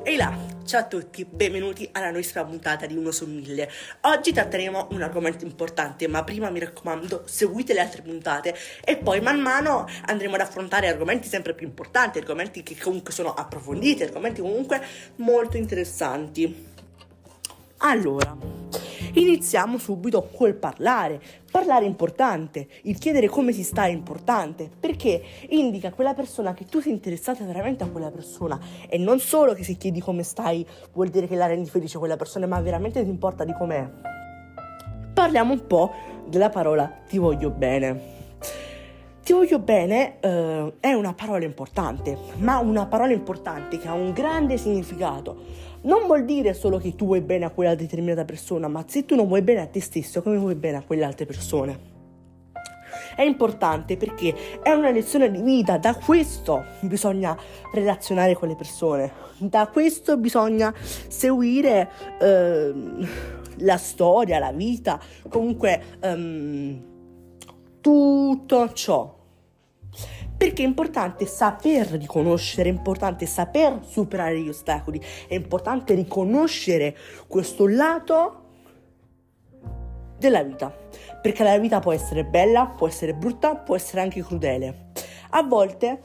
Ehi là, ciao a tutti, benvenuti alla nuova puntata di Uno su 1000. Oggi tratteremo un argomento importante, ma prima mi raccomando seguite le altre puntate e poi man mano andremo ad affrontare argomenti sempre più importanti, argomenti che comunque sono approfonditi, argomenti comunque molto interessanti. Allora, iniziamo subito col parlare. Parlare è importante, il chiedere come si sta è importante, perché indica a quella persona che tu sei interessato veramente a quella persona, e non solo che se chiedi come stai vuol dire che la rendi felice quella persona, ma veramente ti importa di com'è. Parliamo un po' della parola ti voglio bene. Ti voglio bene è una parola importante, ma una parola importante che ha un grande significato. Non vuol dire solo che tu vuoi bene a quella determinata persona, ma se tu non vuoi bene a te stesso, come vuoi bene a quelle altre persone? È importante perché è una lezione di vita, da questo bisogna relazionare con le persone, da questo bisogna seguire la storia, la vita, comunque tutto ciò. Perché è importante saper riconoscere, è importante saper superare gli ostacoli, è importante riconoscere questo lato della vita, perché la vita può essere bella, può essere brutta, può essere anche crudele. A volte,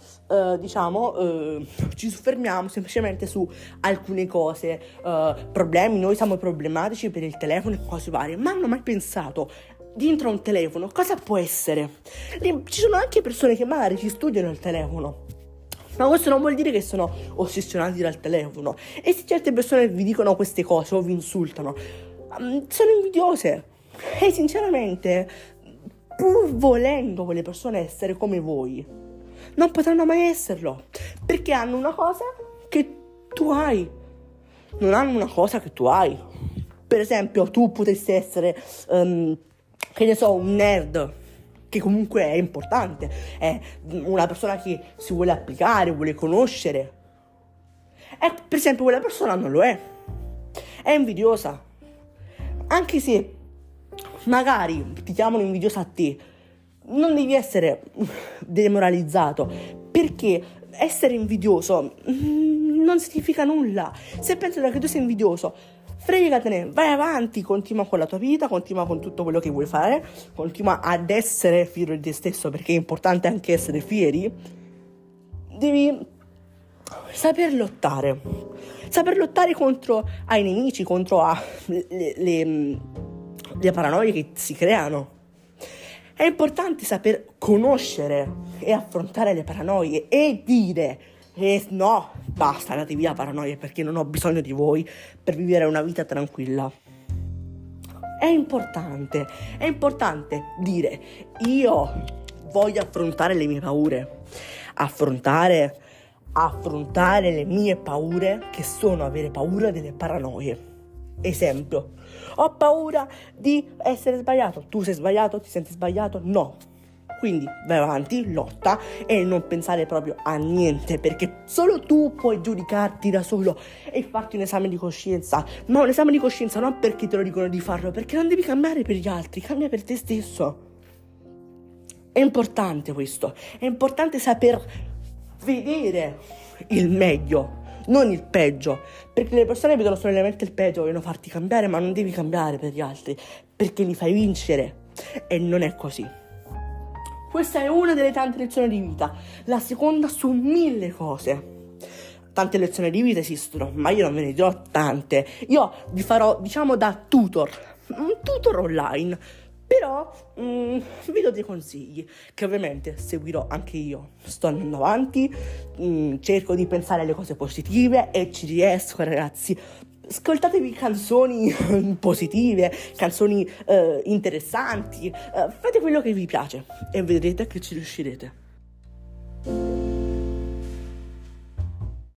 ci soffermiamo semplicemente su alcune cose, problemi, noi siamo problematici per il telefono e cose varie, ma non ho mai pensato dentro un telefono cosa può essere. Ci sono anche persone che magari ci studiano il telefono, ma questo non vuol dire che sono ossessionati dal telefono, e se certe persone vi dicono queste cose o vi insultano, sono invidiose, e sinceramente pur volendo quelle persone essere come voi non potranno mai esserlo, perché hanno una cosa che tu hai, non hanno una cosa che tu hai. Per esempio, tu potresti essere che ne so, un nerd, che comunque è importante, è una persona che si vuole applicare, vuole conoscere, e per esempio quella persona non lo è invidiosa, anche se magari ti chiamano invidiosa a te, non devi essere demoralizzato, perché essere invidioso non significa nulla. Se pensano che tu sei invidioso, fregatene, vai avanti, continua con la tua vita, continua con tutto quello che vuoi fare, continua ad essere fiero di te stesso, perché è importante anche essere fieri. Devi saper lottare contro ai nemici, contro le paranoie che si creano. È importante saper conoscere e affrontare le paranoie e dire no, basta, andate via paranoie, perché non ho bisogno di voi per vivere una vita tranquilla. È importante dire io voglio affrontare le mie paure, affrontare le mie paure, che sono avere paura delle paranoie. Esempio, ho paura di essere sbagliato. Tu sei sbagliato? Ti senti sbagliato? No. Quindi vai avanti, lotta e non pensare proprio a niente, perché solo tu puoi giudicarti da solo e farti un esame di coscienza. Ma un esame di coscienza non perché te lo dicono di farlo, perché non devi cambiare per gli altri, cambia per te stesso. È importante questo, è importante saper vedere il meglio, non il peggio, perché le persone vedono solamente il peggio, vogliono farti cambiare, ma non devi cambiare per gli altri, perché li fai vincere, e non è così. Questa è una delle tante lezioni di vita, la seconda su 1000 cose. Tante lezioni di vita esistono, ma io non ve ne dirò tante. Io vi farò, da tutor, un tutor online, però vi do dei consigli che ovviamente seguirò anche io. Sto andando avanti, cerco di pensare alle cose positive e ci riesco, ragazzi. Ascoltatevi canzoni positive, canzoni interessanti, fate quello che vi piace e vedrete che ci riuscirete.